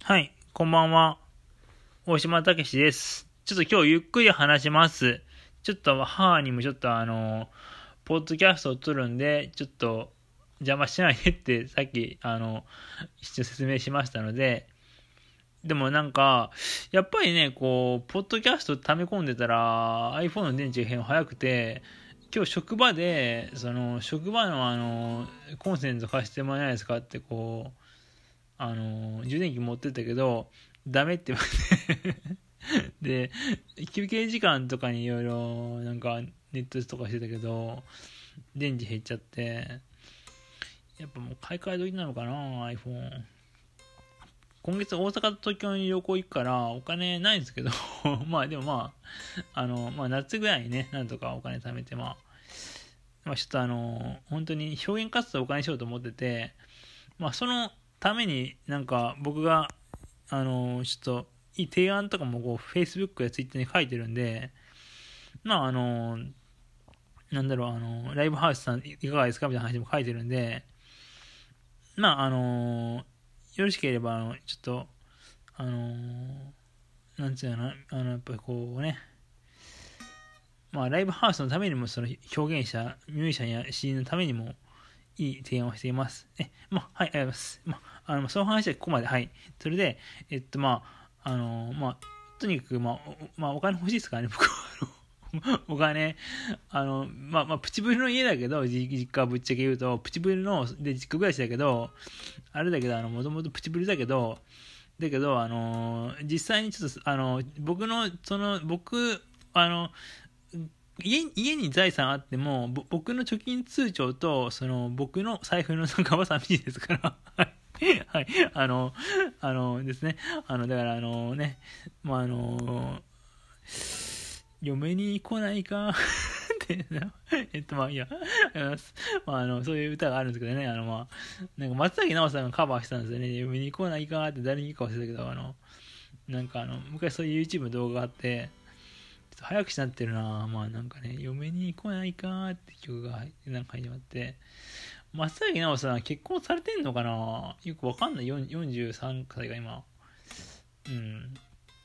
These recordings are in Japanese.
はい、こんばんは。大島武史です。ちょっと今日ゆっくり話します。ちょっと母にもポッドキャストを撮るんで、ちょっと邪魔しないでってさっき、一応説明しましたので、でもなんか、やっぱりね、こう、ポッドキャスト溜め込んでたら iPhone の電池が変早くて、今日職場で、職場のコンセント貸してもらえないですかってこう、充電器持ってったけど、ダメって言われてで、休憩時間とかにいろいろ、なんか、ネットとかしてたけど、電池減っちゃって、やっぱもう買い替え時なのかな、iPhone。今月大阪と東京に旅行行くから、お金ないんですけどまあでも夏ぐらいにね、なんとかお金貯めて、ちょっと本当に表現活動をお金にしようと思ってて、そのためになんか僕がちょっといい提案とかもこう Facebook や Twitter に書いてるんで、ライブハウスさんいかがですかみたいな話も書いてるんで、よろしければちょっとなんつうのかな、やっぱりこうね、ライブハウスのためにもその表現者ミュージシャンや詩人のためにもいい提案をしています。はい、ありがとうございます。その話はここまで。はい。それで、とにかく、お金欲しいですからね、僕は。お金、プチブルの家だけど、実家はぶっちゃけ言うと、プチブルの、で、実家暮らしだけど、あれだけど、もともとプチブルだけど、実際にちょっと、家に財産あっても、僕の貯金通帳と、僕の財布の中は寂しいですから。はい。ですね。だから嫁に来ないかっていや、そういう歌があるんですけどね、なんか松崎直さんがカバーしたんですよね。嫁に来ないかって誰に言うか忘れたけど、昔そういう YouTube の動画があって、ちょっと早口になってるな嫁に来ないかって曲がなんか始まって、松崎直さん結婚されてんのかな、よくわかんない。43歳が今。うん。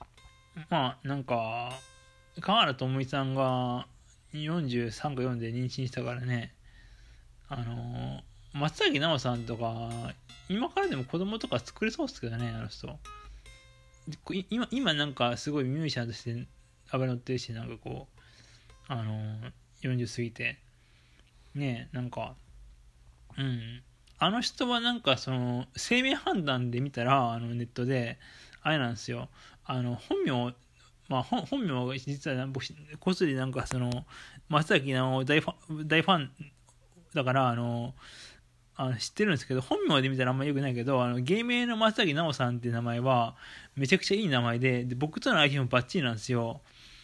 河原智美さんが43か4で妊娠したからね、松崎直さんとか、今からでも子供とか作れそうっすけどね、あの人。今なんかすごいミュージシャンとして上がり乗ってるし、40過ぎて。ねえ、あの人は生命判断で見たら、ネットで、あれなんですよ。本名、本名が実は僕、こっそり松崎の大ファンだから、知ってるんですけど、本名で見たらあんまり良くないけど、芸名の松崎直さんっていう名前は、めちゃくちゃいい名前で、僕との相性もバッチリなんですよ。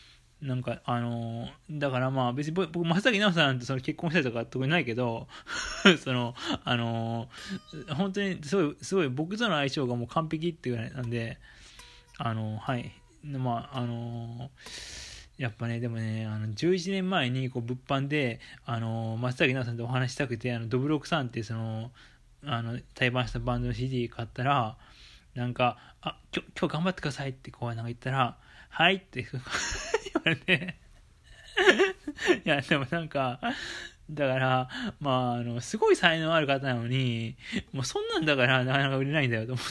だから別に僕、松崎直さんと結婚したりとか特にないけど、本当にすごい僕との相性がもう完璧っていうぐらいなんで、はい。やっぱね、でもね、11年前にこう物販で、松崎直さんとお話したくて、ドブロクさんっていう対バンしたバンドの CD 買ったら、今日頑張ってくださいってこう言ったら、はいって言われていや、でもだから、すごい才能ある方なのに、もうそんなんだからなかなか売れないんだよと思って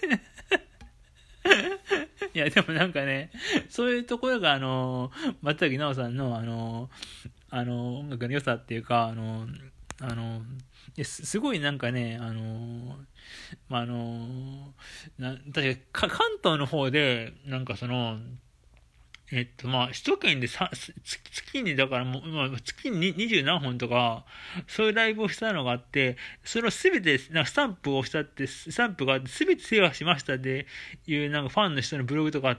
いや、でもそういうところが、松崎直さんの、音楽の良さっていうか、すごい確か関東の方で、首都圏で月に、だからもう、月に20何本とか、そういうライブをしたのがあって、それをすべて、スタンプをしたって、スタンプがあって、すべて制覇しましたっていう、ファンの人のブログとかあって、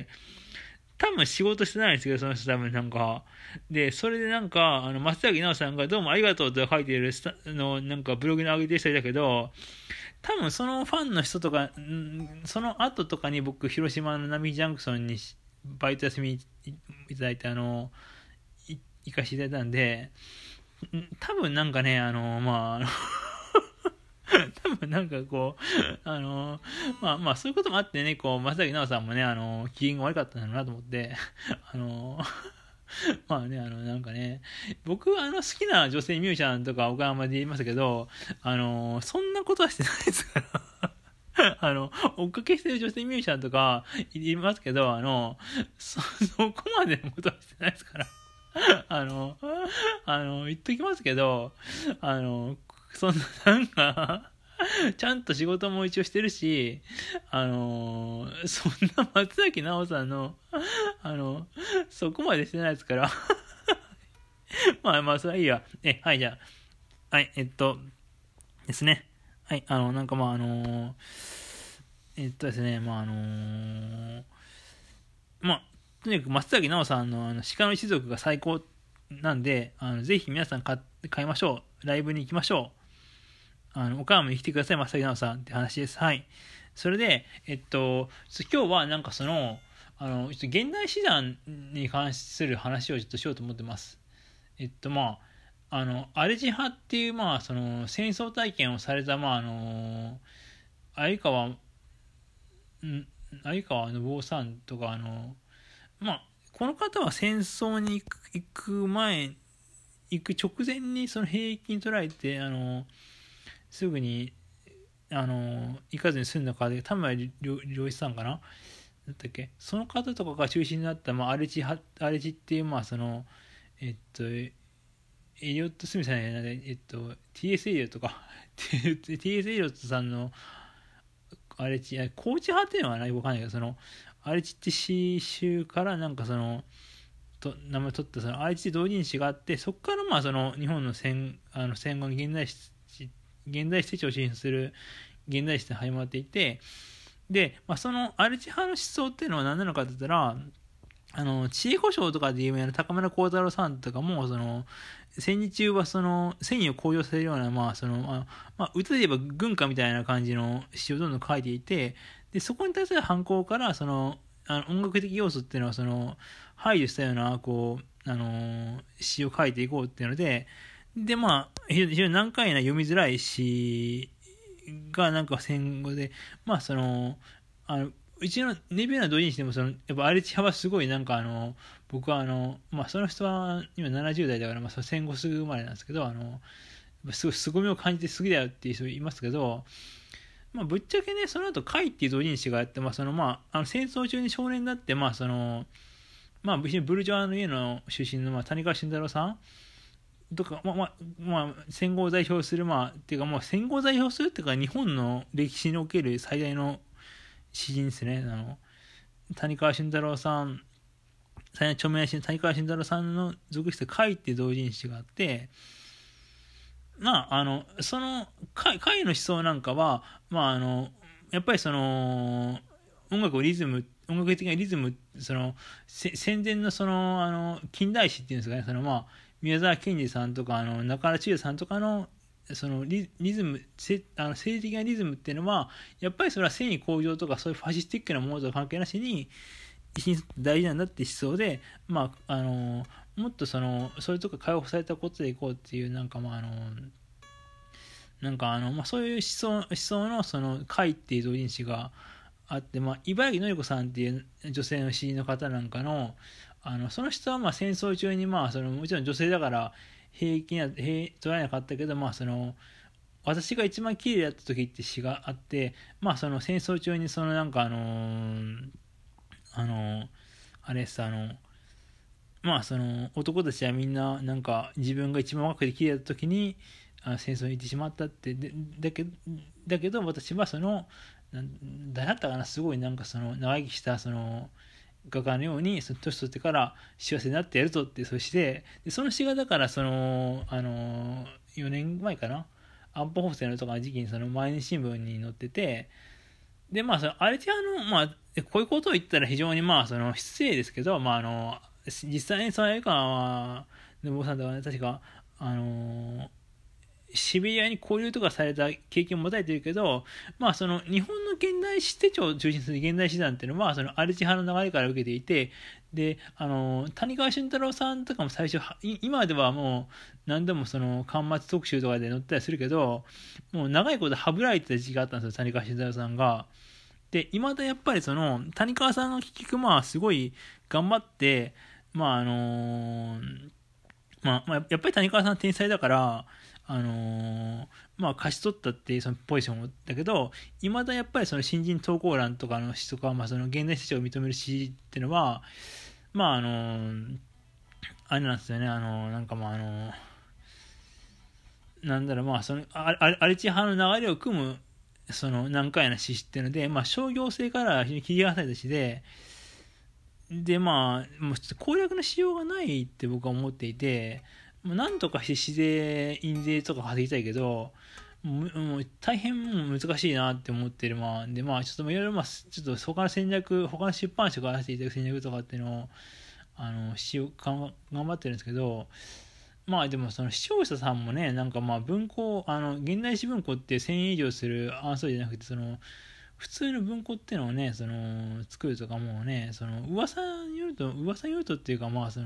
多分仕事してないんですけど、その人多分で、それで松崎直さんがどうもありがとうと書いてるブログに上げてる人いたけど、多分そのファンの人とか、その後とかに僕、広島の並木ジャンクションにバイト休みいただいて、行かせていただいたんで、多分多分なんかこう、まあそういうこともあってね、こう、松崎直さんもね、機嫌が悪かったんだろうなと思って、まあね、なんかね、僕は好きな女性ミュージシャンとか岡山で言いましたけど、そんなことはしてないですから。追っかけしてる女性ミュージシャンとかいますけど、そこまでのことはしてないですから。言っときますけど、そんななんか、ちゃんと仕事も一応してるし、そんな松崎直さんの、そこまでしてないですから。まあまあ、それはいいや。はい、じゃあ。はい、ですね。はい、なんかまあですね、まあ、とにかく松崎直さんの鹿の一族が最高なんで、ぜひ皆さん買いましょう。ライブに行きましょう。岡山に来てください、松崎直さんって話です。はい。それで、今日はなんかちょっと現代史談に関する話をちょっとしようと思ってます。アルジ派っていう、戦争体験をされた、相川、相川信夫さんとか、この方は戦争に行く直前にその兵役に取られて、すぐに、行かずに済んだ方で、田村良一さんかなだったっけ、その方とかが中心になった、アルジっていう、エリオット・スミスさんじゃない、T.S. エリオットか。T.S. エリオットさんの、コーチ派っていうのはわかんないけど、アルチって詩集からなんか名前取ったアルチ同人誌があって、そこから日本の戦後の現代史を支持する現代史で始まっていて、で、そのアルチ派の思想っていうのは何なのかって言ったら、地位保障とかで有名な高村光太郎さんとかも、戦時中は戦意を向上させるような、歌で言えば軍歌みたいな感じの詩をどんどん書いていて、で、そこに対する反抗から、音楽的要素っていうのは、排除したような、詩を書いていこうっていうので、で、非常に難解な読みづらい詩がなんか戦後で、うちのネビューな同人誌でもやっぱアルチ派はすごいなんか僕はその人は今70代だから、戦後すぐ生まれなんですけど、すごい凄みを感じて好きだよっていう人いますけど、ぶっちゃけね、その後会っていう同人誌があって、戦争中に少年になって、ブルジョアの家の出身の谷川俊太郎さんとか、戦後を代表する、っていうか戦後を代表するっていうか、日本の歴史における最大の詩人ですね。谷川俊太郎さん、最大の著名な詩人谷川俊太郎さんの属して会っていう同人誌があって、その会の思想なんかは、やっぱり音楽的なリズム、戦前の近代史っていうんですかね、宮沢賢治さんとか中原中也さんとかのリズム、政治的なリズムっていうのは、やっぱりそれは戦意向上とかそういうファシスティックなものとは関係なしに大事なんだって思想で、もっとそれとか解放されたことでいこうっていうそういう思想の会っていう同人誌があって、茨城のり子さんっていう女性の詩人の方なんかのその人は戦争中にもちろん女性だから兵役には取られなかったけど、私が一番綺麗だった時って詩があって、戦争中にあれさ男たちはみんな自分が一番若くて綺麗だった時に戦争に行ってしまったってだけど私は誰だったかな、すごい長生きした画家のように年取ってから幸せになってやるとって、そしてその詩がだから4年前かな、安保法制のとかの時期に毎日新聞に載ってて、でアルティアのこういうことを言ったら非常に失礼ですけど、実際に相川信夫さんとかね、確かシベリアに交流とかされた経験を持たれているけど、まあ、その日本の現代史手帳を中心とする現代史団っていうのはそのアルチ派の流れから受けていて、で谷川俊太郎さんとかも最初今ではもう何でもその巻末特集とかで載ったりするけど、もう長いことはぶられてた時期があったんですよ、谷川俊太郎さんが。で今だやっぱりその谷川さんが結局まあすごい頑張って、まあやっぱり谷川さんは天才だから、まあ、勝ち取ったっていうそのポジションだけど、いまだやっぱりその新人投稿欄とかの詩とか、まあ、その現代史を認める詩っていうのは、まああれなんですよね、なんかまあなんだろう、まあそのアルチ派の流れを組むその難解な詩っていうので、まあ、商業性から非常に切り離された詩でまあもうちょっと攻略のしようがないって僕は思っていて、なんとかして市税印税とか稼ぎたいけど、もう大変難しいなって思ってる。でまあちょっといろいろちょっと他の戦略、他の出版社からしていただく戦略とかっていうのを頑張ってるんですけど、まあでもその視聴者さんもね、なんかまあ文庫現代史文庫って1000円以上するアンソロじゃなくて、その普通の文庫っていうのをね、その作るとかもね、その噂によるとっていうか、まあそ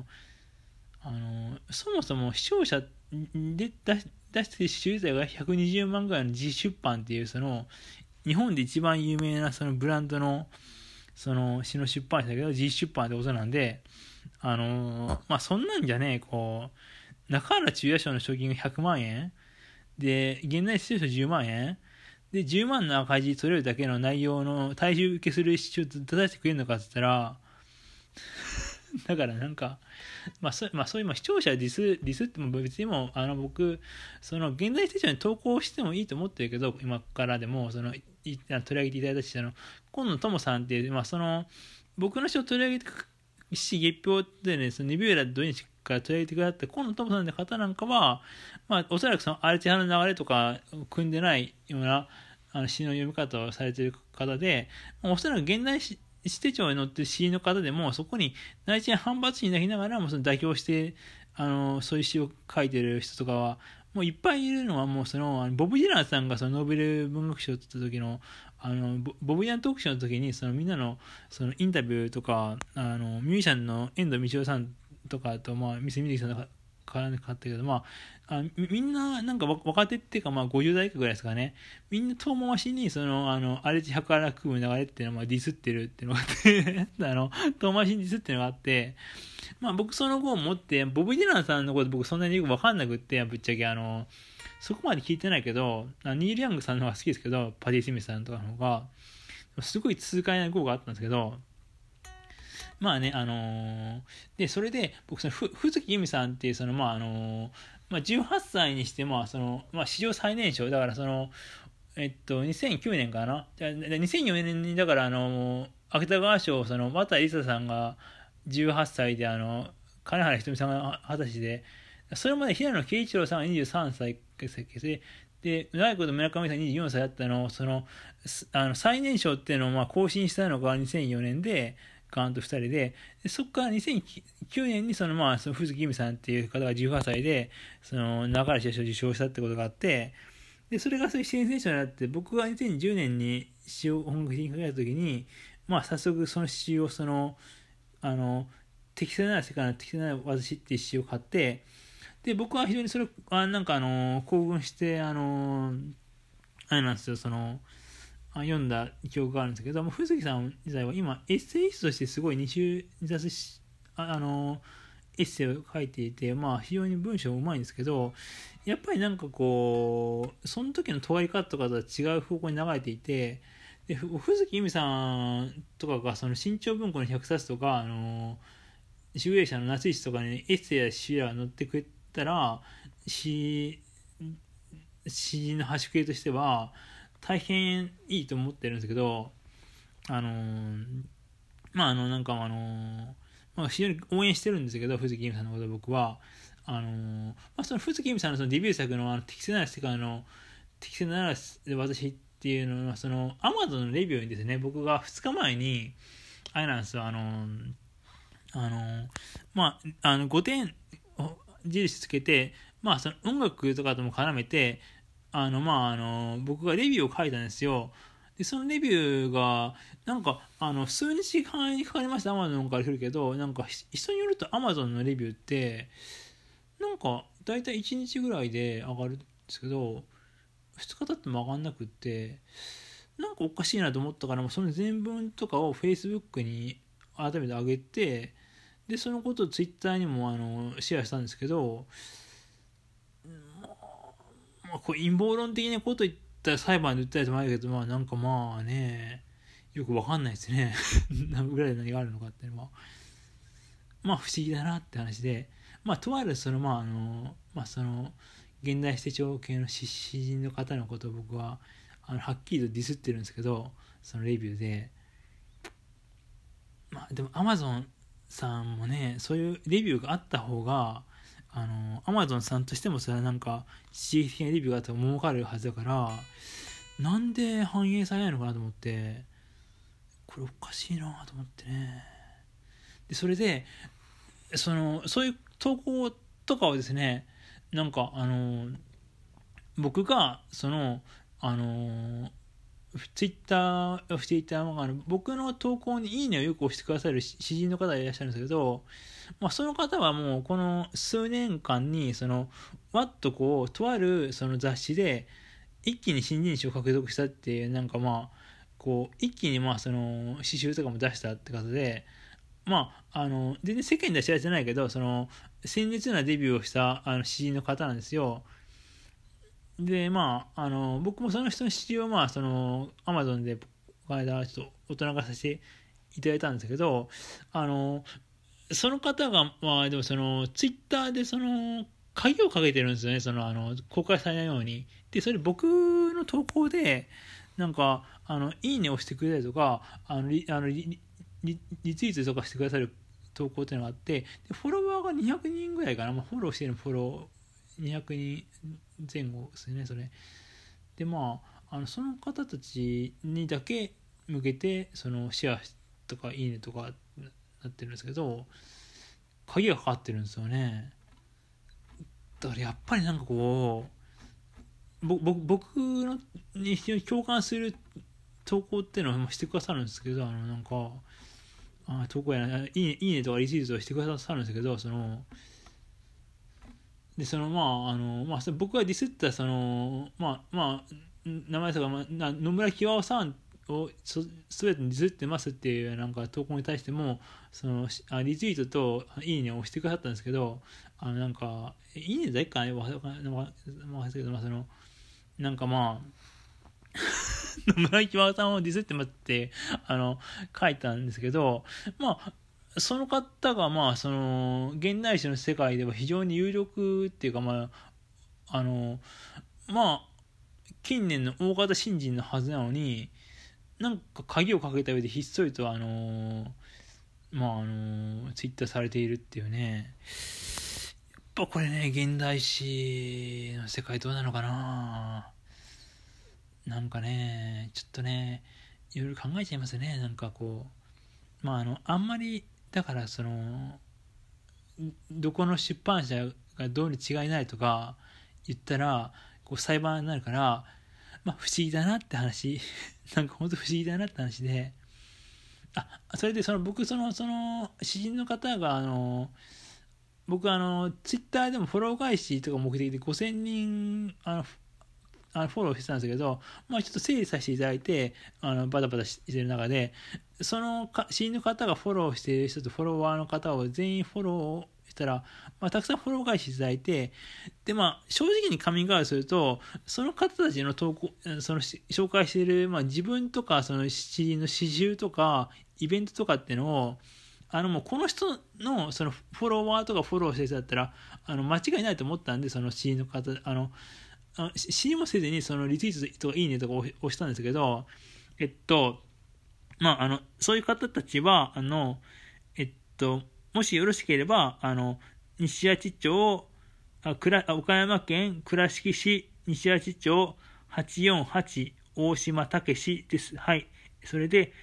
もそも視聴者で出してる詩自体が120万ぐらいの自出版っていうその日本で一番有名なそのブランドのその詩の出版社だけど自出版ってことなんで、まあそんなんじゃね、こう中原中也賞の賞金が100万円で現代詩賞10万円で10万の赤字取れるだけの内容の大衆受けする詩を出してくれるのかって言ったらだからなんかそういう視聴者ディスっても別にも僕その現代ステーションに投稿してもいいと思ってるけど、今からでもその取り上げていただいたし、今野友さんっていう、その僕の詩を取り上げて月表でね、その2秒ら土日から取り上げてくださった今野友さんって方なんかは、おそらくそのアルチ派の流れとか組んでないような詩の読み方をされている方で、おそらく現代詩手帳に載ってる詩の方でもそこに内地反発になりながらもその妥協してそういう詩を書いてる人とかはもういっぱいいるのは、もうそのボブ・ディランさんがそのノーベル文学賞を取った時のボブ・ディラン特集の時にそのみんなのそのインタビューとかミュージシャンの遠藤道夫さんとかと三瀬美月さんとか絡んでかったけど、みんななんか若手っていうか50代以下ぐらいですかね、みんな遠回しにそのアルチ派から組む流れっていうのはディスってるっていうのがあって遠回しにディスっていうのがあって、僕その後を持ってボブ・ディランさんのこと僕そんなによく分かんなくって、ぶっちゃけそこまで聞いてないけどニール・ヤングさんの方が好きですけど、パティ・スミスさんとかの方がすごい痛快な号があったんですけど、でそれで僕その藤木由美さんっていうその18歳にして史上最年少だから2009年かな、じゃあ2004年にだから芥川賞その渡りささんが18歳で金原ひとみさんが20歳で、それまで平野啓一郎さんが23歳で長子と村上さん24歳だったのを最年少っていうのを更新したのが2004年でガンと2人で、そこから2009年にその藤木由美さんっていう方が18歳でその中原賞を受賞したってことがあって、でそれがそういう支援選手になって、僕が2010年に詩を本格的に書いた時に早速その詩を適正なら世界の適正なら私っていう詩を買って、で僕は非常にそれ興奮してあれなんですよ、読んだ記憶があるんですけど、藤木さん自体は今エッセイストとしてすごい2冊エッセイを書いていて、非常に文章うまいんですけど、やっぱりなんかこうその時の問い方とかとは違う方向に流れていて、で藤木由美さんとかがその新潮文庫の100冊とか集英社の夏石とかにエッセイや詩が載ってくれたら詩の端系としては大変いいと思ってるんですけど、非常に応援してるんですけど、藤木由美さんのことを僕はその藤木由美さんのそのデビュー作の適正なら世界の適正なら私っていうのはそのアマゾンのレビューにですね、僕が2日前にあれなんですよ、5点印つけて、 その音楽とかとも絡めて、僕がレビューを書いたんですよ。で、そのレビューが、数日間にかかりました、Amazon から来るけど、人によると Amazon のレビューって、だいたい1日ぐらいで上がるんですけど、2日経っても上がんなくって、おかしいなと思ったから、その全文とかを Facebook に改めて上げて、で、そのことを Twitter にもシェアしたんですけど、こう陰謀論的なこと言ったら裁判で訴えてもあるけど、よくわかんないですね。裏で何があるのかっていうのは。不思議だなって話で、とあるその現代史手帳系の詩人の方のことを僕ははっきりとディスってるんですけど、そのレビューで、でも Amazon さんもね、そういうレビューがあった方がAmazon さんとしてもそれは刺激的なレビューがあって儲かるはずだから、なんで反映されないのかなと思って、これおかしいなと思ってね。でそれでそういう投稿とかをですね、僕がツイッターをしていた僕の投稿にいいねをよく押してくださる詩人の方がいらっしゃるんですけど、その方はもうこの数年間にわっととあるその雑誌で一気に新人賞を獲得したっていう、一気に詩集とかも出したってことで、全然世間では知られてないけど、鮮烈なデビューをした詩人の方なんですよ。で僕もその人の詩集をAmazon でこの間ちょっと大人化させていただいたんですけど、その方がでもツイッターで鍵をかけてるんですよね、公開されないように。でそれ僕の投稿でいいねをしてくれたりとかリツイートとかしてくださる投稿っていうのがあって、でフォロワーが200人ぐらいかな、フォローしてるフォロー200人前後ですね、それでその方たちにだけ向けてシェアとかいいねとかなってるんですけど、鍵がかかってるんですよね。だからやっぱり僕のに非常に共感する投稿っていうのをしてくださるんですけど、投稿やいいねとかリツイートをしてくださるんですけど、僕がディスった名前とか、野村清夫さんをすべてディスってますっていう投稿に対してもリツイートといいねを押してくださったんですけど、いいねだけかね、野村清夫さんをディスってますって書いたんですけど、その方が現代史の世界では非常に有力っていうか近年の大型新人のはずなのに鍵をかけた上でひっそりとツイッターされているっていうね。やっぱこれね、現代史の世界どうなのかな。ちょっとねいろいろ考えちゃいますね。あんまりだからどこの出版社がどうに違いないとか言ったら裁判になるから、不思議だなって話本当不思議だなって話で、それで僕詩人の方が僕ツイッターでもフォロー返しとか目的で5000人フォローしてたんですけど、ちょっと整理させていただいてバタバタしてる中で、詩人の方がフォローしている人とフォロワーの方を全員フォローしたら、たくさんフォロー返していただいて、で正直にカミングアウトすると、その方たちの投稿紹介している、自分とか詩人の詩集とかイベントとかっていうのをもうこの人のフォロワーとかフォローしてる人だったら間違いないと思ったんで、詩人の方知りもせずにリツイートとかいいねとか押したんですけど、そういう方たちはもしよろしければ西八町岡山県倉敷市西八町848大島武史です。はい。それで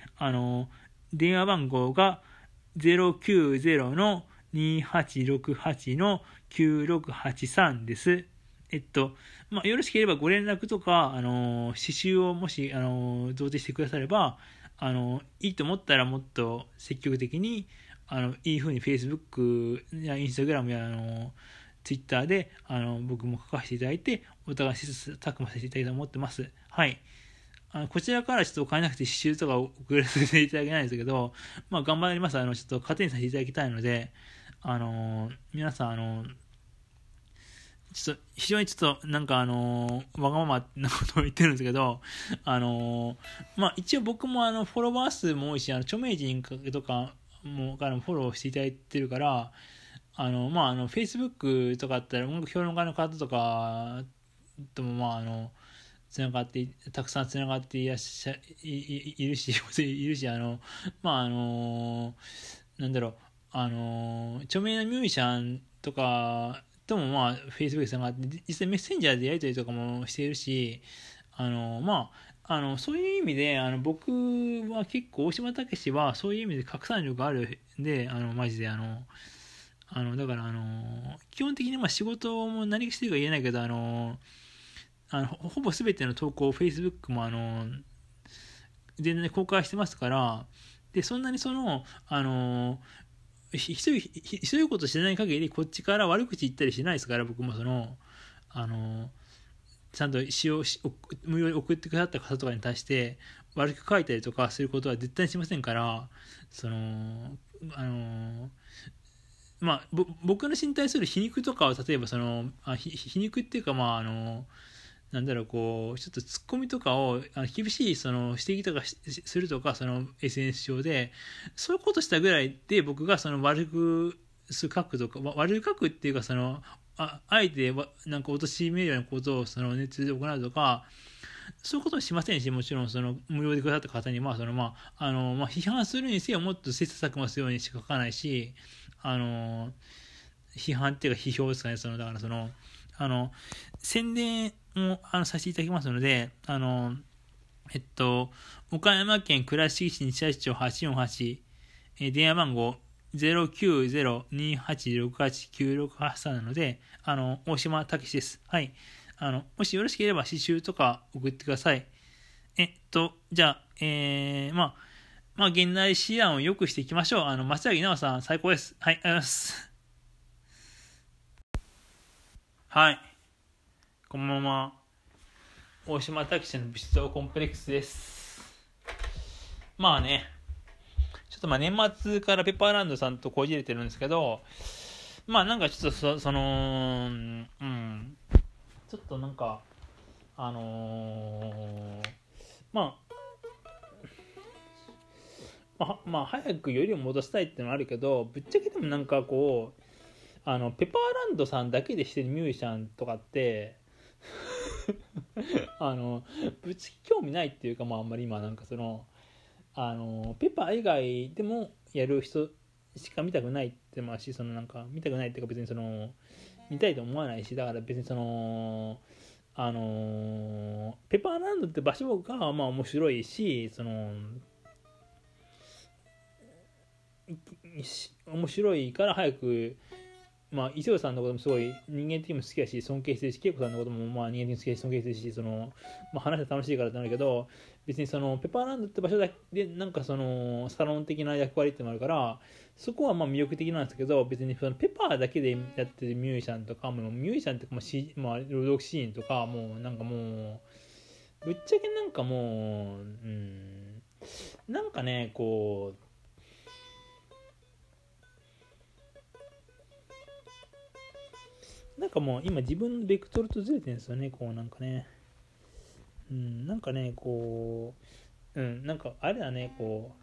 電話番号が090-2868-9900 9683です。よろしければご連絡とか、刺繍をもし、贈呈してくだされば、いいと思ったらもっと積極的に、いい風に Facebook や Instagram や、Twitter で、僕も書かせていただいて、お互い切磋琢磨させていただきたいと思ってます。はい。こちらからちょっとお金なくて刺繍とか送らせていただけないんですけど、頑張ります。ちょっと糧にさせていただきたいので、皆さん、ちょっと、非常にちょっと、わがままなことを言ってるんですけど、一応僕もフォロワー数も多いし、著名人とかも、からもフォローしていただいてるから、Facebook とかだったら、音楽評論家の方とかとも、つながって、たくさんつながっていらっしゃ、いるし、いるし、なんだろう、著名なミュージシャンとかともFacebook でつながって、実際メッセンジャーでやり取りとかもしているし、そういう意味で、僕は結構、大島武史はそういう意味で拡散力あるんで、マジで、だから、基本的に仕事も何してるか言えないけど、ほぼ全ての投稿を Facebook も全然公開してますから、で、そんなにひどいことしてない限り、こっちから悪口言ったりしないですから、僕もちゃんと無料で送ってくださった方とかに対して、悪く書いたりとかすることは絶対にしませんから、僕の身体する皮肉とかを、例えば皮肉っていうか、なんだろう、こう、ちょっとツッコミとかを、厳しい、指摘とかするとか、SNS 上で、そういうことしたぐらいで、僕が悪く書くとか、悪く書くっていうか、あえて、なんか貶めるようなことを、ネットで行うとか、そういうことはしませんし、もちろん、無料でくださった方に、批判するにせよ、もっと切磋琢磨するようにしか書かないし、批判っていうか、批評ですかね、だから宣伝をさせていただきますので、岡山県倉敷市西谷町848、電話番号090-2868-9683なので、大島武史です。はい。もしよろしければ刺繍とか送ってください。じゃあ、現代詩案を良くしていきましょう。松柳直さん、最高です。はい、ありがとうございます。はい。こんばんは。大島武史の物質コンプレックスです。ちょっと年末からペッパーランドさんとこじれてるんですけど、ちょっとちょっと早くよりを戻したいっていうのはあるけど、ぶっちゃけでもペッパーランドさんだけでしてるミュージシャンとかってぶっちゃけ興味ないっていうか、あんまり今ペッパー以外でもやる人しか見たくないってもあるし、見たくないっていうか別に見たいと思わないし、だから別にペッパーランドって場所が面白いし、面白いから早く、伊勢さんのこともすごい人間的にも好きだし尊敬してるし、恵子さんのことも人間的に好きだし尊敬してるし、話して楽しいからってなるけど、別にペッパーランドって場所でサロン的な役割ってのもあるから、そこは魅力的なんですけど、別にペッパーだけでやってるミュージシャンとか、ミュージシャンっていうか、朗読シーンとか、ぶっちゃけ今自分のベクトルとずれてるんですよね、あれだね、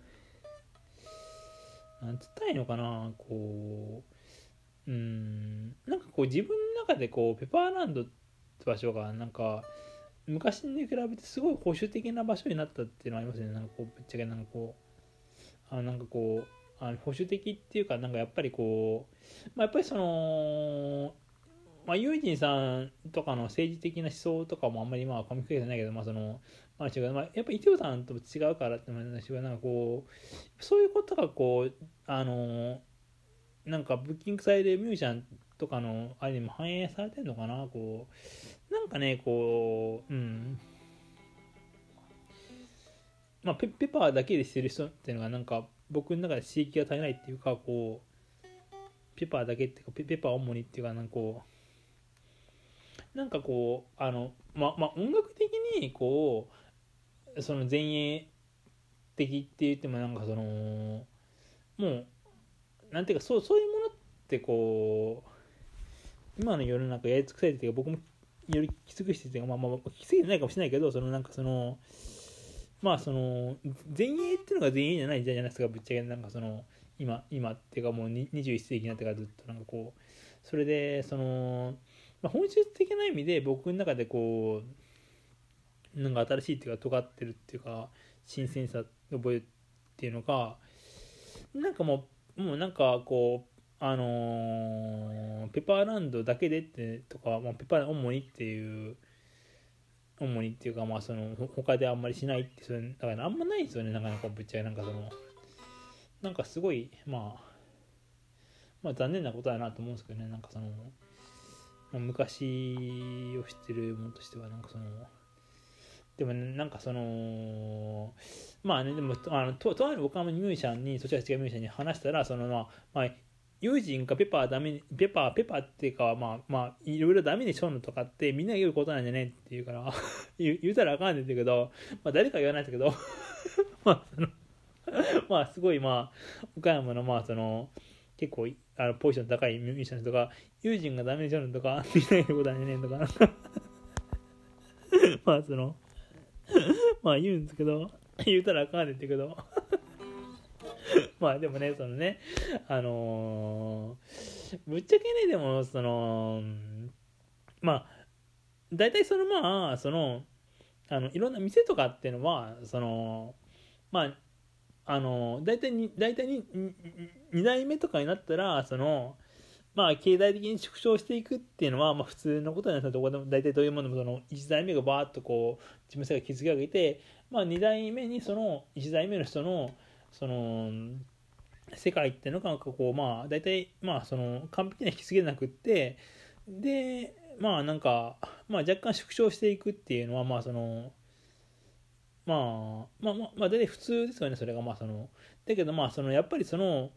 なんつったらいいのかな、自分の中でペッパーランドって場所が昔に比べてすごい保守的な場所になったっていうのはありますね。ぶっちゃけ保守的っていうか、やっぱりユージンさんとかの政治的な思想とかもあんまりコミュニケーションないけど、やっぱり伊藤さんと違うからって話がそういうことがブッキングされるミュージシャンとかのあれにも反映されてるのかな。こうなんかねこうまあペパーだけでしてる人っていうのがなんか僕の中で刺激が足りないっていうか、こうペパーだけっていうかペパー主にっていうか、なんかこう音楽的にこうその前衛的って言ってもなんかそのもうなんていうかそういうものってこう今の世の中やり尽くされてて、僕もよりきつくしてて、きついないかもしれないけど、そのなんかそのその前衛っていうのが前衛じゃないじゃないですか、ぶっちゃけ。なんかその今っていうかもう21世紀になってからずっとなんかこうそれでその、本質的な意味で僕の中でこうなんか新しいっていうか尖ってるっていうか新鮮さを覚えるっていうのがなんかもうなんかこうペパーランドだけでってとか、ペパー主にっていうかその他であんまりしないってだからあんまないですよね、なかなかぶっちゃけ。なんかそのなんかすごい残念なことだなと思うんですけどね。なんかその、昔を知ってるものとしてはなんかそのでもね、なんかそのでもとある僕はミュージシャンにそっちが違うミュージシャンに話したら、その友人がペパーダメペパーっていうかいろいろダメにしょんのとかってみんな言うことなんじゃねって言うから言うたらあかんねんだけど、誰か言わないんだけどそのすごい岡山のその結構ポジション高いミュージシャンとか友人がダメにしょんのとかみんな言うことなんじゃねんとかその言うんですけど、言うたらあかんねんだけどでもねそのねぶっちゃけね、でもその大体そのそのいろんな店とかっていうのはその大体2代目とかになったらその経済的に縮小していくっていうのは普通のことなんですよ。どこでも大体どういうものでもその1代目がバーッとこう自分が築き上げて、2代目にその1代目の人のその世界っていうのがこう大体その完璧には引き継げなくって、でなんか若干縮小していくっていうのはその大体普通ですよね、それが。そのだけどそのやっぱりその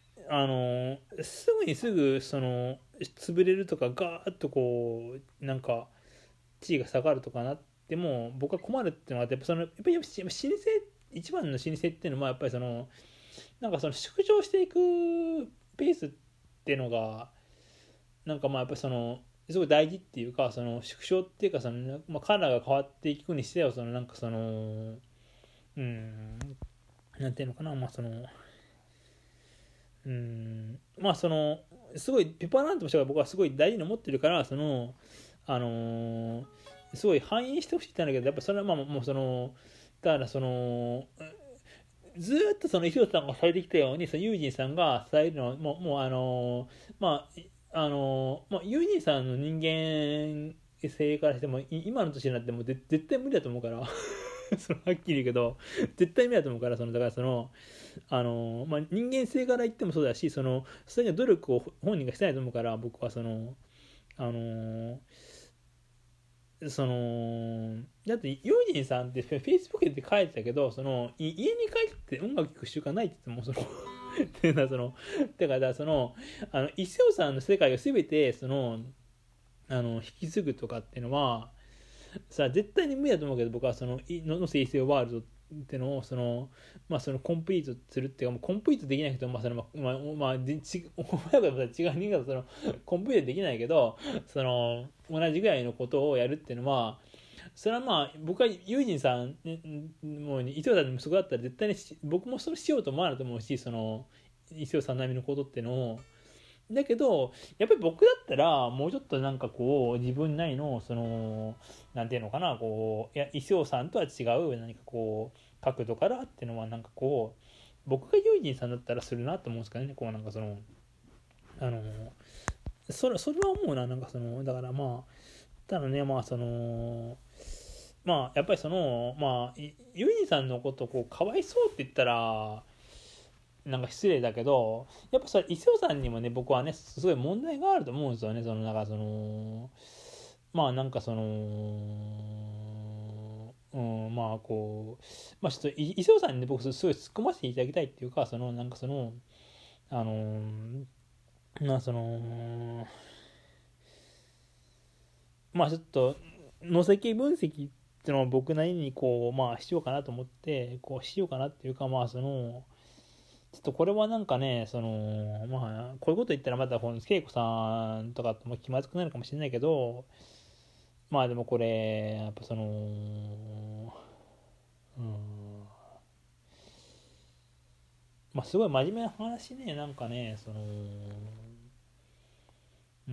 すぐその潰れるとかガーッとこうなんか地位が下がるとかなっても僕は困るっていうのがあって、やっぱり老舗一番の老舗っていうのはやっぱりそのなんかその縮小していくペースっていうのがなんかやっぱりそのすごい大事っていうか、その縮小っていうかその、カラーが変わっていくにしてはそのなんかそのなんていうのかな、そのそのすごいペパーランドとしては僕はすごい大事に思ってるから、そのすごい反映してほしいって言ったんだけど、やっぱそれはもうそのだからそのずっとその石尾さんがされてきたようにそのユージンさんが伝えるのはもうユージンさんの人間性からしても今の年になっても絶対無理だと思うからそのはっきり言うけど絶対無理だと思うから、そのだからその人間性から言ってもそうだし、そのそれには努力を本人がしてないと思うから、僕はそのそのだってユージンさんってフェイスブックで書いてたけど、その家に帰って音楽聴く習慣ないって言ってもそのっていうのはそのだからその一生さんの世界を全てその引き継ぐとかっていうのは絶対に無理だと思うけど、僕はそののせいせワールドっていうのをそのそのコンプリートするっていうか、コンプリートできないけどそのお前が違う人間がそのコンプリートできないけど、その同じぐらいのことをやるっていうのはそれは僕はユージンさんもう伊藤さんの息子だったら絶対に僕もそれしようと思わないと思うし、その伊藤さん並みのことっていうのをだけどやっぱり僕だったらもうちょっとなんかこう自分なりのそのなんていうのかな、こう伊勢さんとは違う何かこう角度からっていうのはなんかこう僕がユージンさんだったらするなと思うんですかね。こうなんかそのそれは思うな。なんかそのだからただねそのやっぱりそのユージンさんのことをこうかわいそうって言ったらなんか失礼だけど、やっぱそれ、伊勢尾さんにもね、僕はね、すごい問題があると思うんですよね。なんかまあなんかまあこう、まあちょっと、伊勢尾さんにね、僕すごい突っ込ませていただきたいっていうか、なんかあのーまあまあちょっと、野席分析っていうのを僕なりにこう、まあしようかなと思って、こうしようかなっていうか、まあちょっとこれはなんかね、まあ、こういうこと言ったらまた、この恵子さんとかとも気まずくなるかもしれないけど、まあでもこれ、やっぱうん、まあすごい真面目な話ね、なんかね、うん、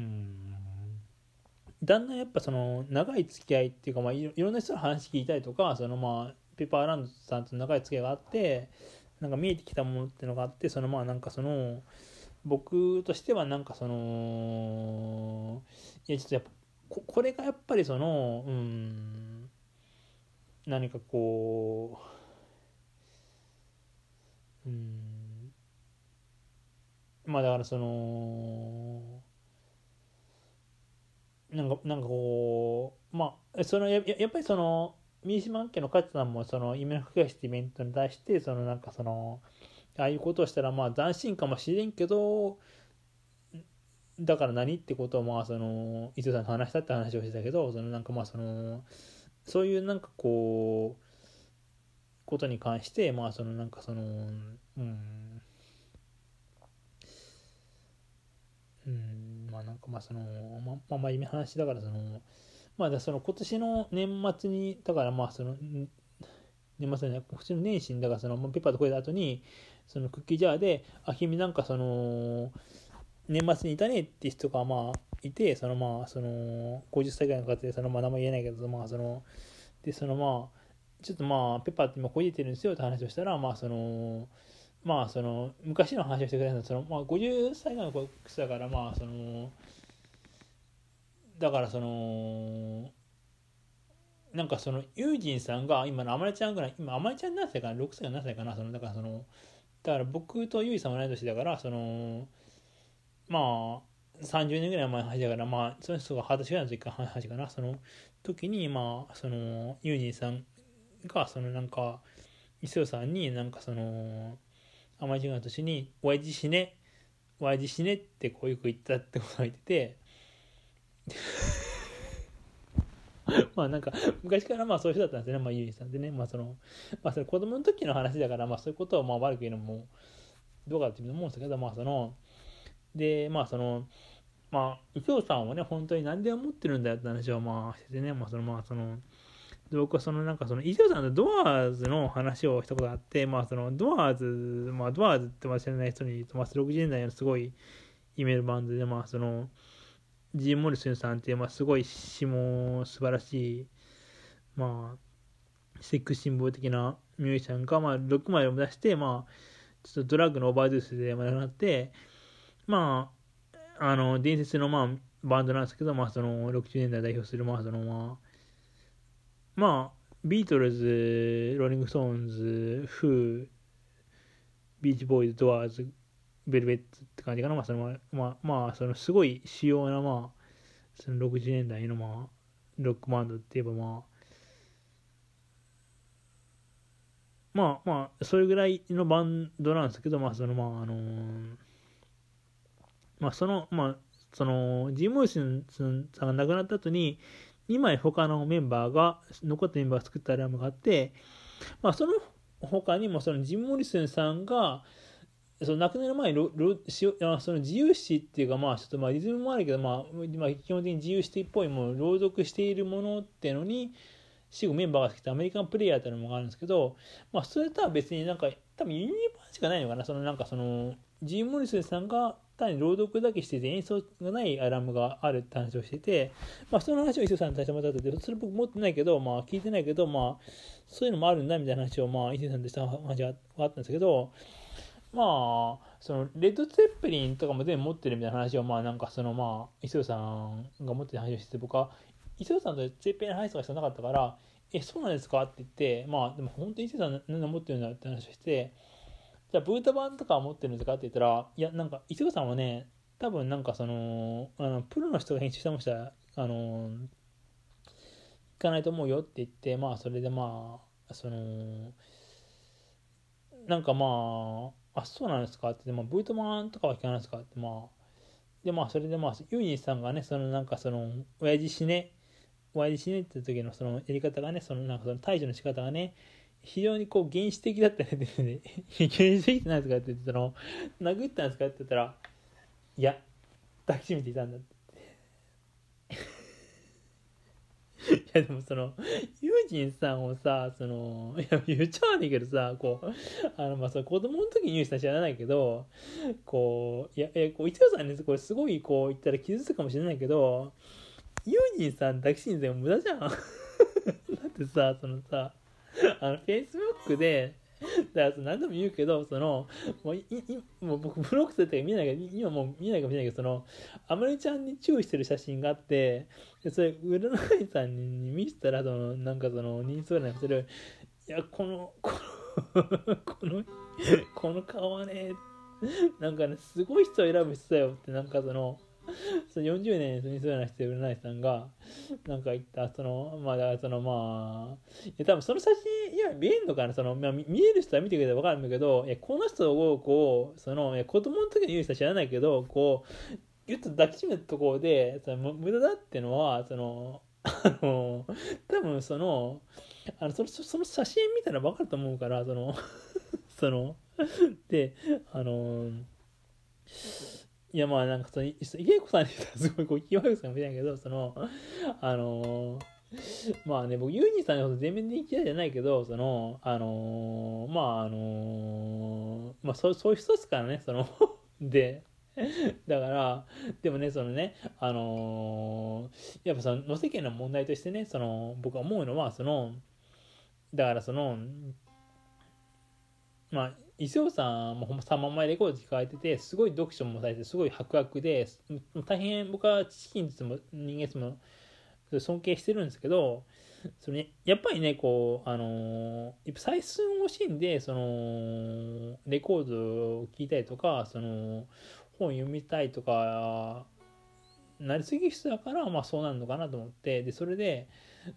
だんだんやっぱ長い付き合いっていうか、まあいろんな人の話聞いたりとか、まあ、ペーパーランドさんと長い付き合いがあって、なんか見えてきたものっていうのがあって、まあなんか僕としてはなんかいやちょっとやっぱこれがやっぱり何かこまあだからなんかこうまあやっぱり三島家の勝さんも夢の吹き出しってイベントに対してなんかああいうことをしたらまあ斬新かもしれんけど、だから何ってことをまあ伊勢さんと話したって話をしてたけど、なんかまあそういうなんかこうことに関してまあなんかまあなんかまあまあ真面目な話だからまあ今年の年末にだからまあ年末じゃない今年の年始にだからペッパーと超えた後にクッキージャーで君なんか年末にいたねって人がまあいてまあ50歳ぐらいの方でまあ名前言えないけどまあでまあちょっとまあペッパーって今こう言ってるんですよって話をしたらまあまあ昔の話をしてくれたんですまあ50歳ぐらいの人だからまあだからなんかユージンさんが今のアマレちゃんぐらい今アマレちゃん何歳かな6歳か何歳かなだからだから僕とユージさんも同い年だからまあ30年ぐらい前の話だからまあその人が20歳ぐらいの時から話かな時にまあユージンさんがなんか伊勢さんになんかアマレちゃんの年に親父死ね親父死ねってこうよく言ったってことを言っててまあなんか昔からまあそういう人だったんですよね、まあ、ユージさんでね、まあまあそれ子供の時の話だから、まあそういうことをまあ悪く言うのもどうかっていうのも思うんですけど、まあで、まあまあ伊藤さんはね、本当に何で思ってるんだよって話をまあしててね、まあで僕はなんか伊藤さんとドアーズの話をしたことがあって、まあドアーズ、まあドアーズって知らない人に言うと、まあ60年代のすごいイメールバンドで、まあジー・モリスンさんっていう、まあ、すごい詩も素晴らしい、まあ、セックスシンボル的なミュージシャンが、まあ、6枚を出して、まあ、ちょっとドラッグのオーバードゥースで亡くなって、まあ、伝説の、まあ、バンドなんですけど、まあ、60年代代表する、まあ、まあ、ビートルズ、ローリング・ストーンズ、フー、ビーチボーイズ、ドアーズ、ベルベッツって感じかな、まあ、すごい主要な、まあ、60年代の、まあ、ロックバンドって言えば、まあ、それぐらいのバンドなんですけど、まあ、まあ、ジム・モリスンさんが亡くなった後に、2枚他のメンバーが、残ったメンバーが作ったアルバムがあって、まあ、その他にも、ジム・モリスンさんが、亡くなる前に自由詩っていうか、まあ、ちょっとまあリズムもあるけど、まあ、基本的に自由詩っぽいものを朗読しているものっていうのに、死後メンバーが来てアメリカンプレイヤーっていうのもあるんですけど、まあ、それとは別になんか、多分ユニバーしかないのかな、なんかジー・モリスさんが単に朗読だけしてて演奏がないアラームがあるって話をしてて、まあ、その話を伊勢さんに対してもらったって、それ僕持ってないけど、まあ、聞いてないけど、まあ、そういうのもあるんだみたいな話を、まあ、伊勢さんとした話があったんですけど、まあ、レッド・ツェッペリンとかも全部持ってるみたいな話を、まあ、なんかまあ、伊勢さんが持ってる話をしてて、僕は、伊勢さんとツェッペリンの話とかしてなかったから、そうなんですかって言って、まあ、でも本当に伊勢さん何持ってるんだって話をして、 じゃあブータ版とか持ってるんですかって言ったら、いや、なんか、伊藤さんはね、多分なんかプロの人が編集したもしたら、行かないと思うよって言って、まあ、それでまあ、なんかまあ、あ、そうなんですかって言って、まあ、ブートマンとかは聞かないですかって、まあ、で、まあ、それでまあ、ユーニさんがね、なんか親父死ねって時のそのやり方がね、なんかその対処の仕方がね、非常にこう原始的だったねって言ってね、原始的って何ですかって言って、殴ったんですかって言ったら、いや、抱きしめていたんだって。いやでもユージンさんをさ、いや、言っちゃうんだけどさ、こう、まあ、子供の時にユージンさん知らないけど、こう、こう、一応さんね、これすごいこう言ったら傷つくかもしれないけど、ユージンさん抱きしめても無駄じゃん。だってさ、フェイスブックで、だから何度も言うけど、もう僕ブロックされて見えないけど、今もう見えないかもしれないけど、あまりちゃんに注意してる写真があって、でそれ、占いさんに見せたら、なんか人相談する、いや、この顔はね、なんかね、すごい人を選ぶ人だよって、なんか40年住みそうな人占い師さんがなんか言ったまあだからまあいや多分その写真いや見えんのかなまあ、見える人は見てくれたら分かるんだけどこの人をこう子供の時に言う人は知らないけどこう言っと抱きしめたところで無駄だってのは多分その写真見たら分かると思うからそのであのいやまあなんか池子さんに言ったらすごいこう気悪くかもしれないけどあのまあね僕ユーニさんのこと全面的に嫌いじゃないけどまあまあそういう人ですからねでだからでもねやっぱ世間の問題としてね僕は思うのはだからまあ、伊勢尾さんもほんま3万枚レコード聞えてて、すごい読書もされて、すごい博学で、大変僕は知識につも人間つも尊敬してるんですけど、やっぱりね、こう、やっぱ採寸を惜しんで、レコードを聞いたりとか、本読みたいとか、なりすぎる人だから、まあそうなるのかなと思って、で、それで、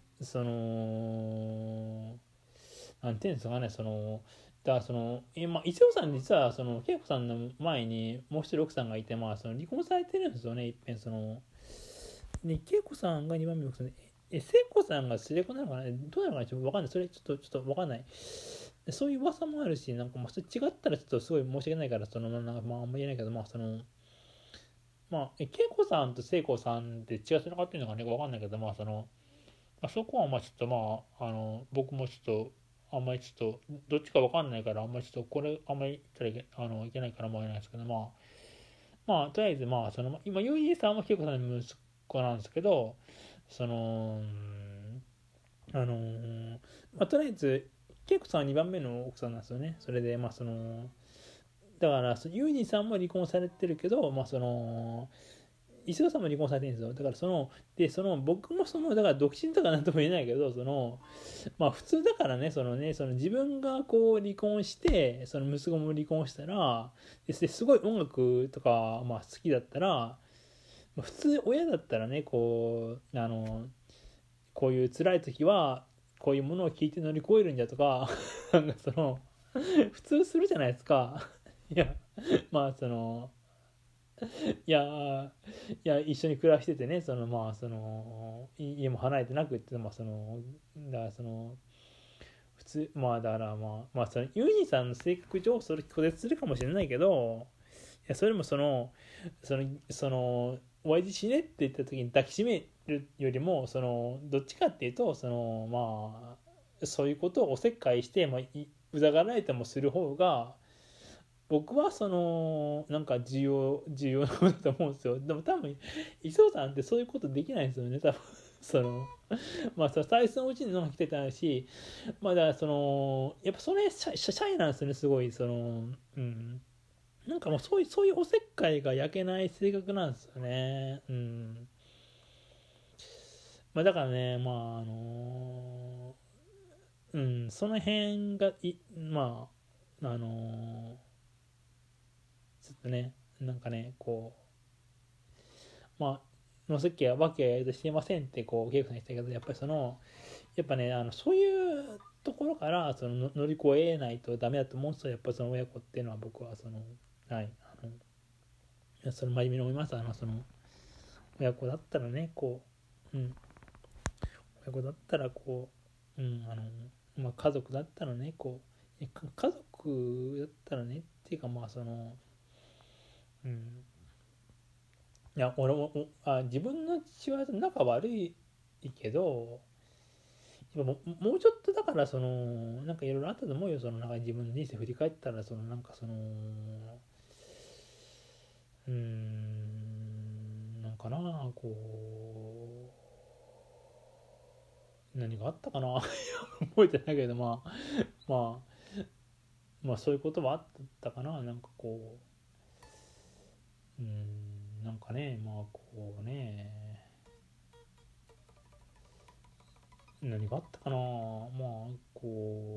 なんていうんですかね、だからまあ、伊勢尾さん実は、恵子さんの前にもう一人奥さんがいて、まあ、離婚されてるんですよね、いっぺん、ね、恵子さんが2番目の奥さんで、聖子さんが連れ子なのかなどうなのかなちょっとわかんない。それちょっとわかんない。そういう噂もあるし、なんかまあ、それ違ったらちょっとすごい申し訳ないから、なんかまあ、あんま言えないけど、まあ、まあ、恵子さんと聖子さんって違ってなかったのかね、わかんないけど、まあ、まあ、そこはまあちょっとまあ、僕もちょっと、あんまりちょっと、どっちかわかんないから、あんまりちょっと、これ、あんまり言ったらいけないからも言えないですけど、まあ、とりあえず、まあ、今、ゆいさんは結構さんの息子なんですけど、その、まあ、とりあえず、ケイコさんは2番目の奥さんなんですよね。それで、まあ、だから、ユージさんも離婚されてるけど、まあ、石尾さんも離婚されてるんですよ。だから僕もだから独身とかなんとも言えないけど、まあ普通だからね、自分がこう離婚して、息子も離婚したら、すごい音楽とか、まあ好きだったら、普通親だったらね、こういう辛い時は、こういうものを聞いて乗り越えるんだとか、なんか普通するじゃないですか。いや、まあいや一緒に暮らしててねまあ家も離れてなくって、まあ、だから普通まあだからまあユージさんの性格上それ拒絶するかもしれないけどいやそれも親父死ねって言った時に抱きしめるよりもどっちかっていうとまあそういうことをおせっかいして、まあ、うざがられてもする方が僕はなんか重要なことだと思うんですよ。でも多分磯さんってそういうことできないんですよね多分まあ最初のうちに飲み来てたしまあだからやっぱそれシャイなんですよねすごいうんなんかもうそういうおせっかいが焼けない性格なんですよねうんまあだからねまあうんその辺がまあちょっとね、なんかね、こう、まあ、のすけはわけしていませんってこう、ゲイフさん言ってたけど、やっぱりやっぱね、そういうところから乗り越えないとダメだと思うんですよ。やっぱりその親子っていうのは僕ははい、いや真面目に思います。親子だったらね、こう、親子だったらこう、まあ家族だったらね、こう、家族だったらねっていうかまあうん、いや、俺も、自分の父親と仲悪いけど、もうちょっとだからなんかいろいろあったと思うよ。なんか自分の人生振り返ったら、なんかなんかな、こ何があったかな覚えてないけど、ままあそういうことはあったかな。なんかこなんかね、まあこうね、何があったかな。まあこ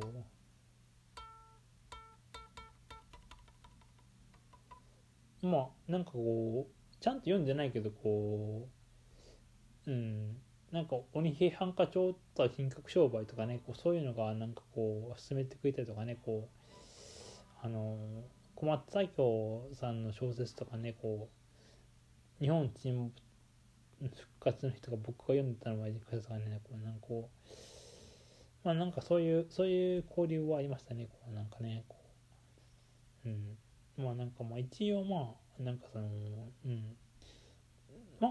まあなんかこうちゃんと読んでないけどなんか鬼平犯科帳とか品格商売とかね、こうそういうのがなんかこう進めてくれたりとかね、小松左京さんの小説とかね、日本沈没復活の人が僕が読んでたのはとかね、まあなんかそういう交流はありましたね。なんかね、まあなんかまあ一応まあなんかま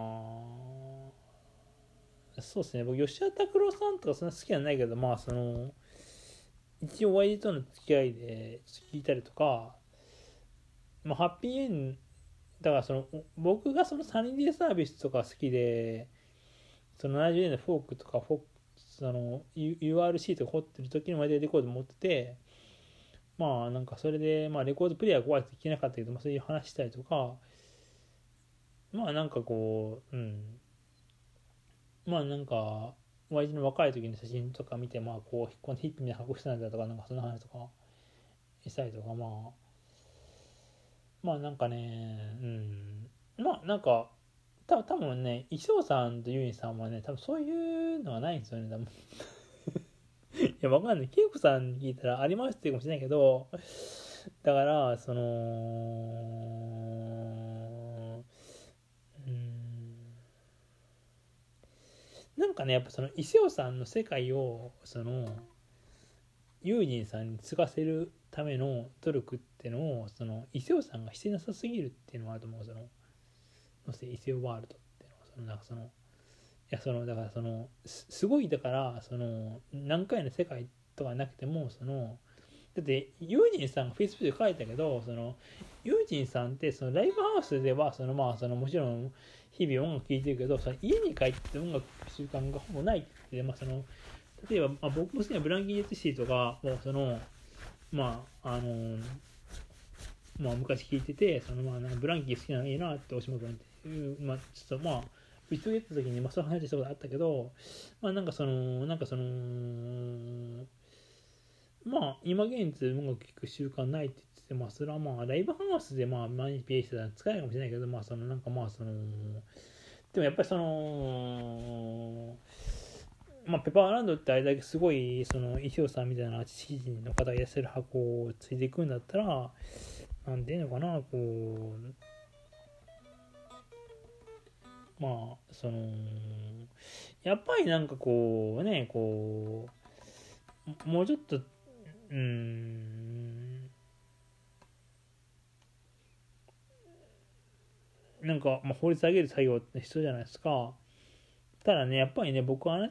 あそうですね、僕吉田拓郎さんとかそんな好きじゃないけど、まあ一応親父との付き合いで聞いたりとか、まあハッピーエンドだから僕がサニーデイサービスとか好きで、70年のフォークとかURC とか掘ってる時にまでレコード持ってて、まあなんかそれで、まあレコードプレイヤー怖くて聞けなかったけど、まあそういう話したりとか、まあなんかまあなんか、親父の若い時の写真とか見て、まあこう、このヒップみたいな格好してたんだとか、なんかそんな話とかしたりとか、まあなんかね、まあなんか、多分ね、衣装さんとユニさんはね、多分そういうのはないんですよね、多分。いや、わかんない。ケイコさんに聞いたらありますって言うかもしれないけど、だから、なんかね、やっぱ伊勢尾さんの世界を、ユージンさんに継がせるための努力っていうのを、伊勢尾さんがしてなさすぎるっていうのはあると思う。伊勢尾ワールドっていうのは、なんかいや、だからすごい、だから、何回の世界とかなくても、だってユージンさんが Facebook で書いたけど、ユージンさんってライブハウスではもちろん日々音楽聴いてるけど、家に帰って音楽聴く習慣がほぼないって言って、例えば、僕も好きなブランキー・ジェット・シーとかもまあ昔聞いてて、なんかブランキー好きなのいいなって大島君っていう、ちょっと打ち解けた時にそういう話したことあったけど、なんか今現在音楽聴く習慣ないって言ってて、それはライブハウスで毎日ピーしてたら使えるかもしれないけど、でもやっぱりペパーランドってあれだけすごい、石尾さんみたいな知識人の方がいらっしゃる箱をついていくんだったら、なんていうのかな、やっぱりなんかもうちょっと、なんか、法律上げる作業って必要じゃないですか。ただね、やっぱりね、僕はね、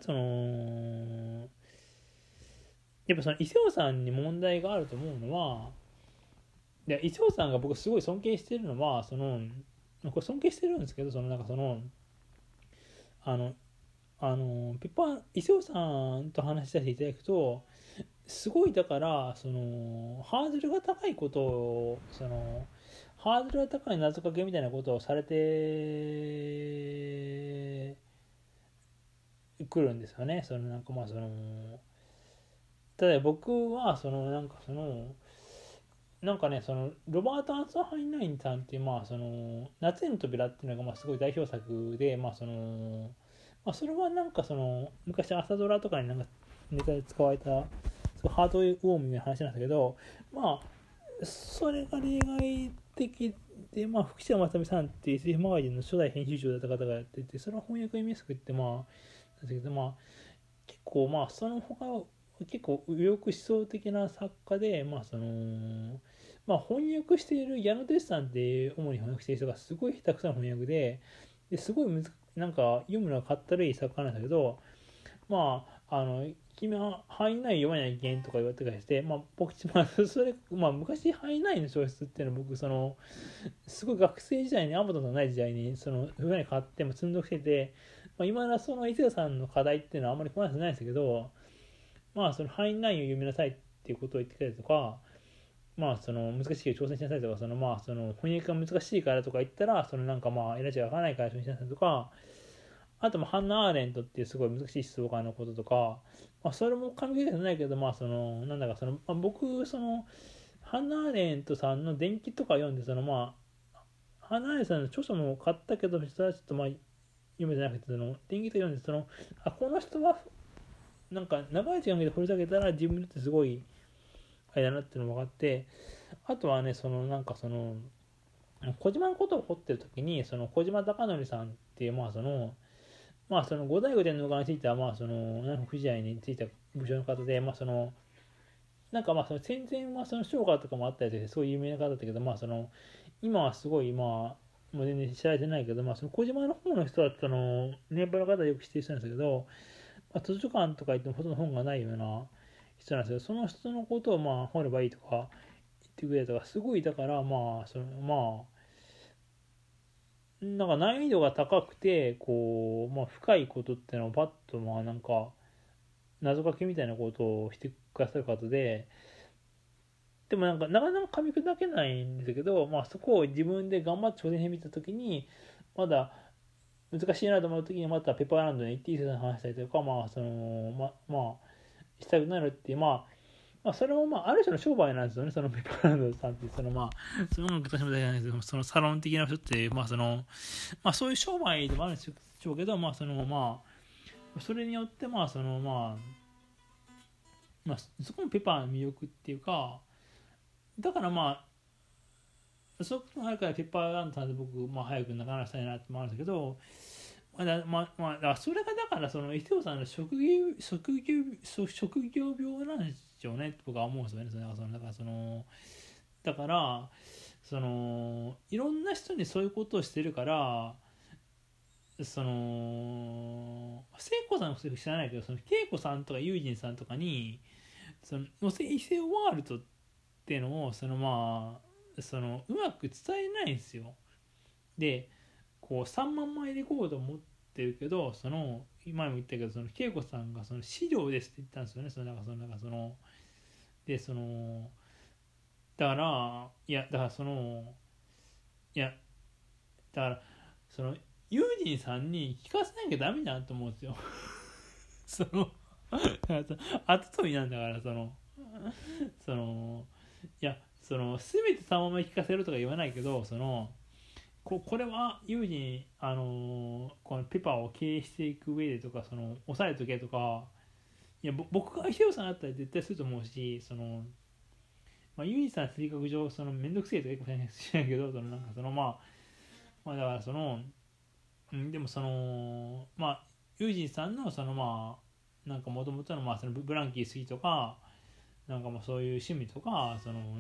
やっぱ伊勢尾さんに問題があると思うのは、伊勢尾さんが僕すごい尊敬してるのは、これ尊敬してるんですけど、なんかあの、伊勢尾さんと話しさせていただくと、すごいだからハードルが高いことをハードルが高い謎かけみたいなことをされてくるんですよね。なんか例えば僕はなんかなんかね、そのロバート・アンソン・ハインラインさんっていう、まあ、その夏への扉っていうのがまあすごい代表作で、まあそのまあ、それはなんかその昔朝ドラとかになんかネタで使われたすごいハートウォームな話なんだけど、まあそれが例外的で、まあ、福島正美さんっていう SF マガジンの初代編集長だった方がやってて、それは翻訳意味作って、まあなんですけど、まあ結構まあその他は結構右翼思想的な作家で、まあそのまあ、翻訳している矢野哲さんって主に翻訳している人がすごい下手くそな翻訳ですごいなんか読むのがかったるい作家なんだけど、まあ君は範囲内読まないけんとか言われてたりして、まあ僕、まあ、それ、まあ昔範囲内の小説っていうのは僕そのすごい学生時代にアマゾンのない時代にそのふうに買っても積んどくしてて、まあ、今だその伊勢さんの課題っていうのはあんまりこなしてないんですけど、まあその範囲内を読みなさいっていうことを言ってくれたりとか、まあその難しいけど挑戦しなさいとか、そのまあその翻訳が難しいからとか言ったら、そのなんかまあエラチがわからないから挑戦しなさいとか、あとハンナ・アーレントっていうすごい難しい思想家のこととか、まあ、それも関係ないけど、まあそのなんだかその、まあ、僕そのハンナ・アーレントさんの伝記とか読んで、そのまあハンナ・アーレントさんの著書も買ったけど、それはちょっとまあ読めてなくて、その伝記とか読んで、そのこの人はなんか長い時間で掘り下げたら自分にとってすごいあれだなっていうのが分かって、あとはね、そのなんかその小島のことを掘ってる時に、その小島貴則さんっていうまあその後醍醐天皇側についてはまあその南北時代についた武将の方で、まあそのなんかまあその戦前はその商家とかもあったりしてすごい有名な方だったけど、まあその今はすごいまあもう全然知られてないけど、まあその小島の方の人はその年配の方はよく知ってる人なんですけど、まあ、図書館とか行ってもほとんど本がないような人なんですけど、その人のことをまあ掘ればいいとか言ってくれたとか、すごいだからまあそのまあなんか難易度が高くてこう、まあ、深いことっていうのをパッとまあなんか謎かけみたいなことをしてくださる方で、でもなんかなかなか噛み砕けないんですけど、まあ、そこを自分で頑張って挑戦してみたときにまだ難しいなと思うときにまたペッパーランドに行って伊勢さん話したりとか、まあそのまあしたくなるっていう、まあそれもまあある種の商売なんですよね。そのペッパーランドさんっていうそのまあその音楽としても大事なんですけど、そのサロン的な人ってまあそのまあそういう商売でもあるんでしょうけど、まあそのまあそれによってまあそのまあそこもペッパーの魅力っていうか、だからまあそこがあるからペッパーランドさんで僕まあ早く仲直りしたいなってもあるんですけど、だからそれがだからその伊勢尾さんの職業病なんでしょうねって僕は思うんですよね。だからそのいろんな人にそういうことをしてるから、その聖子さんのこと知らないけど、その恵子さんとか友人さんとかにその伊勢尾ワールドっていうのをそのそのうまく伝えないんですよ。でこう3万枚レコードを持ってるけど、その今も言ったけど、その恵子さんがその資料ですって言ったんですよね。でそのだからいやだからそのユージンさんに聞かせなきゃダメだと思うんですよ。その後飛びなんだから、そのその全てそのまま聞かせるとか言わないけど、これは有事に、このペパーを経営していく上でとか、抑えとけとか、いや僕がヒロさんだったら絶対すると思うし、ユージさん性格上めんどくせえとか結構しないけど、だからでもユージさんのなんか元々のそのブランキー好きとか、なんかそういう趣味とか、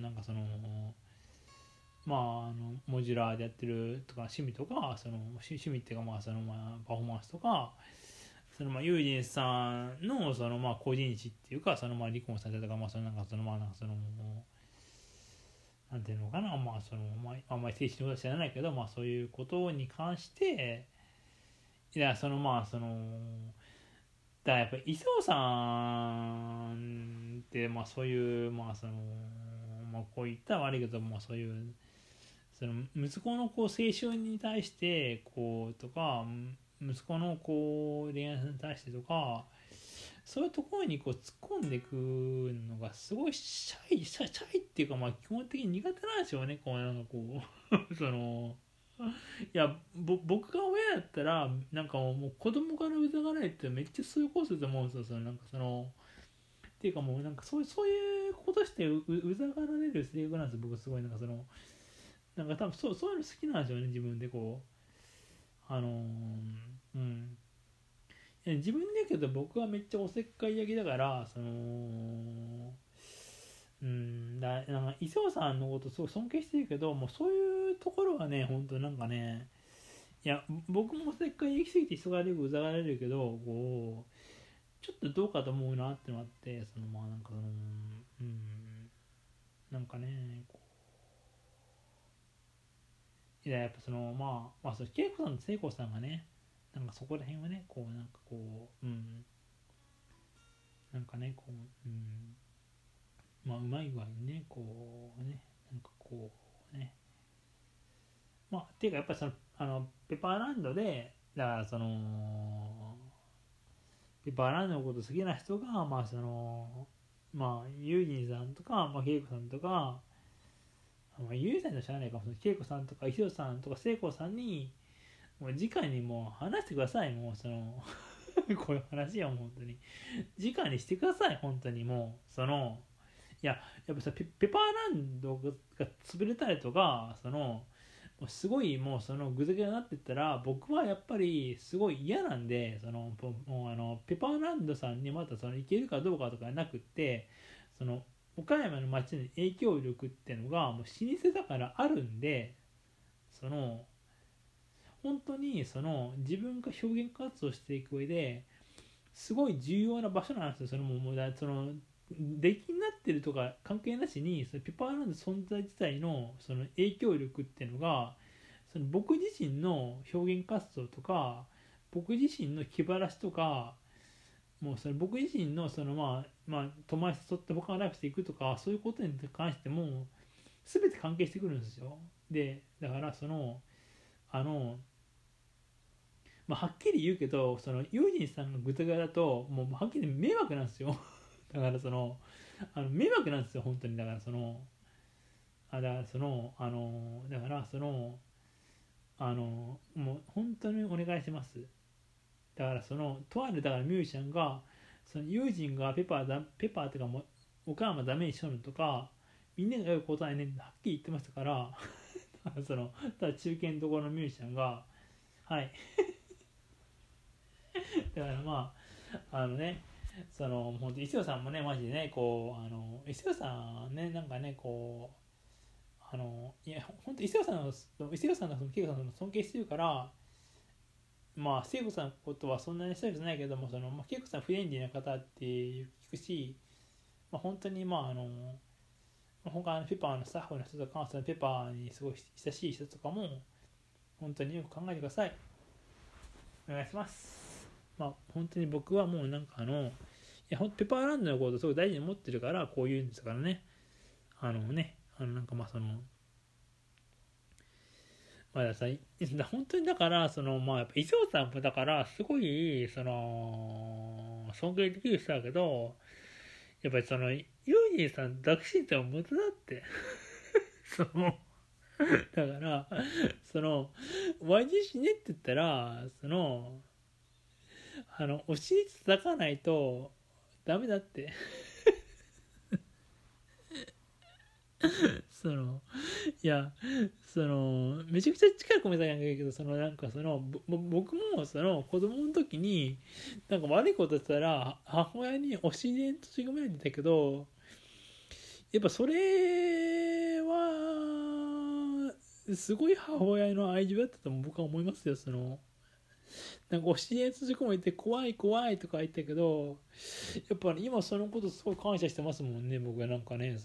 モジュラーでやってるとか趣味とか、趣味っていうかパフォーマンスとか、ユージンさんの個人史っていうか、離婚されたとか、なんていうのかな、あんまり正式なことは知らないけど、そういうことに関して、いやだからやっぱり磯尾さんってそういうこう言ったら悪いけど、そういう息子の青春に対してとか息子の恋愛に対してとか、 そういうところにこう突っ込んでいくのがすごいシャイっていうか、まあ基本的に苦手なんですよね。こうなんかこういや僕が親だったらなんかもう子供から疑わないってめっちゃそういうことすると思うんですよ。なんかっていうかもうなんかそういうことしてうざがられる性格なんですよ。僕すごいなんかなんか多分そういうの好きなんですよね。自分でこううん自分で言うけど僕はめっちゃおせっかい焼きだからなんか伊勢尾さんのことすごい尊敬してるけどもうそういうところはね本当なんかねいや僕もおせっかい焼きすぎて人がよくうざがられるけどこうちょっとどうかと思うなってのがあってまあなんかなんかねこういややっぱまあ恵子さんと聖子さんがねなんかそこら辺はねこうなんかこうなんかねこうまあうまい具合にねこうねなんかこうねまあっていうかやっぱりペパーランドでだからペパーランドのこと好きな人がまあまあユージンさんとかまあ恵子さんとかまあユージンさんの知らないかも恵子さんとか石尾さんとか聖子さんにもう直にもう話してくださいもうこういう話はもう本当に直にしてください本当にもういやっぱさペパーランドが潰れたりとかもうすごいもうぐずぐずになってったら僕はやっぱりすごい嫌なんでもうペパーランドさんにまた行けるかどうかとかなくって岡山の街の影響力っていうのがもう老舗だからあるんで本当に自分が表現活動していく上ですごい重要な場所なんですよ。もう出来になってるとか関係なしにペパーランド存在自体の影響力っていうのが僕自身の表現活動とか僕自身の気晴らしとかもう僕自身の友達とって他のライフしていくとかそういうことに関しても全て関係してくるんですよ。でだからまあ、はっきり言うけどユージンさんがグタグタだともうはっきり迷惑なんですよだから迷惑なんですよ本当に。だからもう本当にお願いします。だからとあるだからミュージシャンがユージンがペパーっていうかもう岡山ダメにしとるとかみんなが言うことはねはっきり言ってましたからただ中堅どころのミュージシャンがはいだからまあ本当伊勢尾さんもねマジでねこう伊勢尾さんねなんかねこういや本当伊勢尾さんの恵子さんの尊敬してるからまあ聖子さんのことはそんなにしたくないけども恵子さんフレンドリーな方って聞くし、まあ、本当に他のペパーのスタッフの人とかペパーにすごい親しい人とかも本当によく考えてください。お願いします。まあ本当に僕はもうなんかいやペパーランドのことをすごい大事に思ってるからこう言うんですからね。なんかまあまあさ本当にだからまあやっぱ伊勢尾さんもだからすごい尊敬できる人だけどやっぱりユージンさん抱きしめても無駄だってだからY G 死ねって言ったらお尻叩かないとダメだっていやめちゃくちゃ近く込めたんやけどなんか僕も子供の時になんか悪いことしたら母親にお尻で閉じ込められてたけどやっぱそれはすごい母親の愛情だったと僕は思いますよ。なんかお尻で閉じ込めて怖い怖いとか言ったけどやっぱ、今そのことすごい感謝してますもんね。僕はなんかね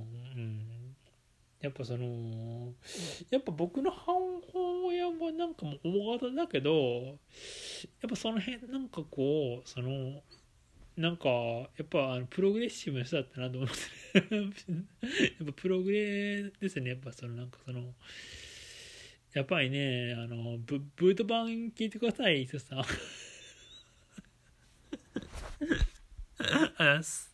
やっぱやっぱ僕の母親はなんかもう大型だけどやっぱその辺なんかこうなんかやっぱプログレッシブな人だったなと思ってやっぱプログレですね。やっぱなんかやっぱりねブート版聞いてください伊勢さんざいます。